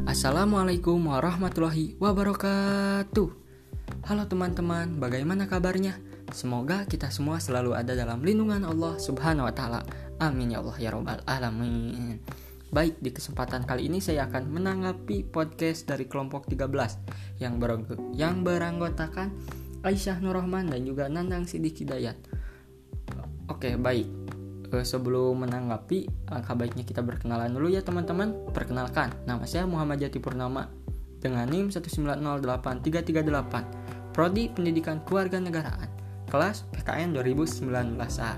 Assalamualaikum warahmatullahi wabarakatuh. Halo teman-teman, bagaimana kabarnya? Semoga kita semua selalu ada dalam lindungan Allah Subhanahu wa taala. Amin ya Allah ya rabbal alamin. Baik, di kesempatan kali ini saya akan menanggapi podcast dari kelompok 13 yang beranggotakan Aisyah Nurrahman dan juga Nandang Siddiq Hidayat. Oke, baik. Sebelum menanggapi, alangkah baiknya kita berkenalan dulu ya teman-teman. Perkenalkan, nama saya Muhammad Jati Purnama dengan NIM 1908338, Prodi Pendidikan Kewarganegaraan, kelas PKN 2019A.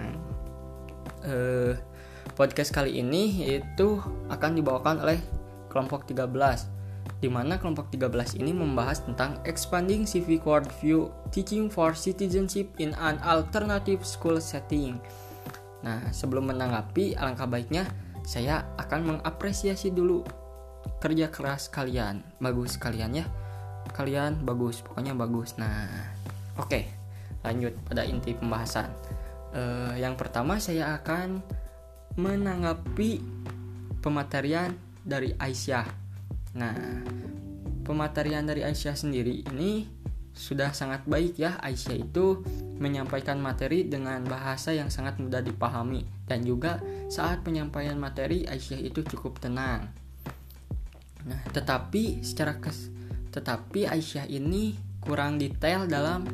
Podcast kali ini yaitu akan dibawakan oleh kelompok 13, di mana kelompok 13 ini membahas tentang Expanding Civic Worldview, Teaching for Citizenship in an Alternative School Setting. Nah, sebelum menanggapi, alangkah baiknya saya akan mengapresiasi dulu kerja keras kalian. Bagus kalian ya. Kalian bagus, pokoknya bagus. Nah, oke. Lanjut pada inti pembahasan. Yang pertama saya akan menanggapi pematerian dari Aisyah. Nah, pematerian dari Aisyah sendiri ini sudah sangat baik ya. Aisyah itu menyampaikan materi dengan bahasa yang sangat mudah dipahami, dan juga saat penyampaian materi Aisyah itu cukup tenang. Nah, tetapi Aisyah ini kurang detail dalam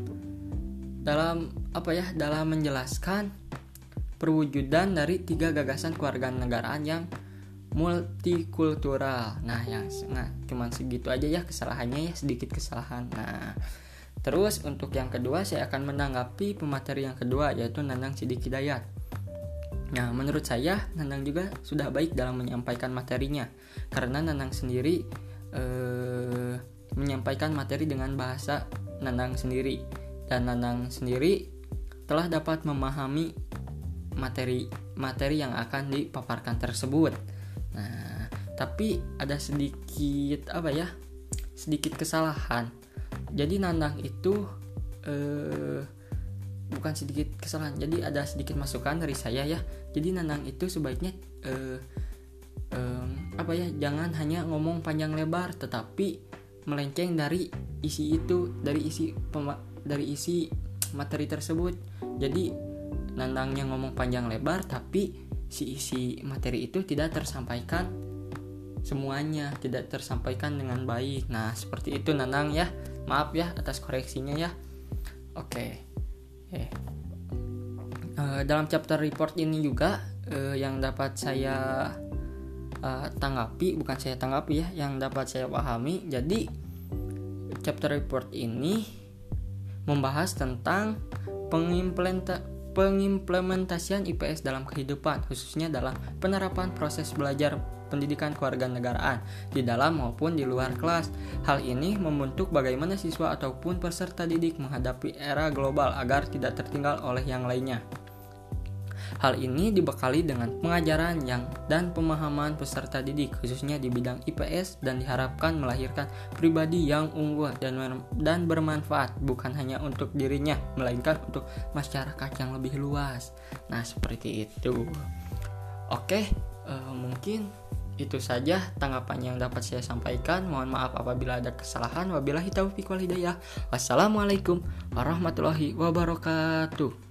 menjelaskan perwujudan dari 3 gagasan kewarganegaraan yang multikultural. Nah, cuman segitu aja ya kesalahannya ya, sedikit kesalahan. Nah, terus untuk yang kedua saya akan menanggapi pemateri yang kedua, yaitu Nandang Siddiq Hidayat. Nah, menurut saya Nandang juga sudah baik dalam menyampaikan materinya, karena Nandang sendiri menyampaikan materi dengan bahasa Nandang sendiri, dan Nandang sendiri telah dapat memahami materi yang akan dipaparkan tersebut. Nah, tapi ada sedikit kesalahan. Jadi Nandang itu bukan sedikit kesalahan, jadi ada sedikit masukan dari saya ya. Jadi Nandang itu sebaiknya jangan hanya ngomong panjang lebar, tetapi melenceng dari isi materi tersebut. Jadi Nandangnya ngomong panjang lebar, tapi si isi materi itu tidak tersampaikan semuanya, tidak tersampaikan dengan baik. Nah, seperti itu Nandang ya. Maaf ya atas koreksinya ya. Oke. Dalam chapter report ini juga yang dapat saya yang dapat saya pahami. Jadi chapter report ini membahas tentang pengimplementasian IPS dalam kehidupan, khususnya dalam penerapan proses belajar pendidikan kewarganegaraan di dalam maupun di luar kelas. Hal ini membentuk bagaimana siswa ataupun peserta didik menghadapi era global agar tidak tertinggal oleh yang lainnya. Hal ini dibekali dengan pengajaran dan pemahaman peserta didik, khususnya di bidang IPS, dan diharapkan melahirkan pribadi yang unggul dan bermanfaat, bukan hanya untuk dirinya, melainkan untuk masyarakat yang lebih luas. Nah, seperti itu. Oke, mungkin itu saja tanggapan yang dapat saya sampaikan. Mohon maaf apabila ada kesalahan. Wabillahi taufiq wal hidayah. Wassalamualaikum warahmatullahi wabarakatuh.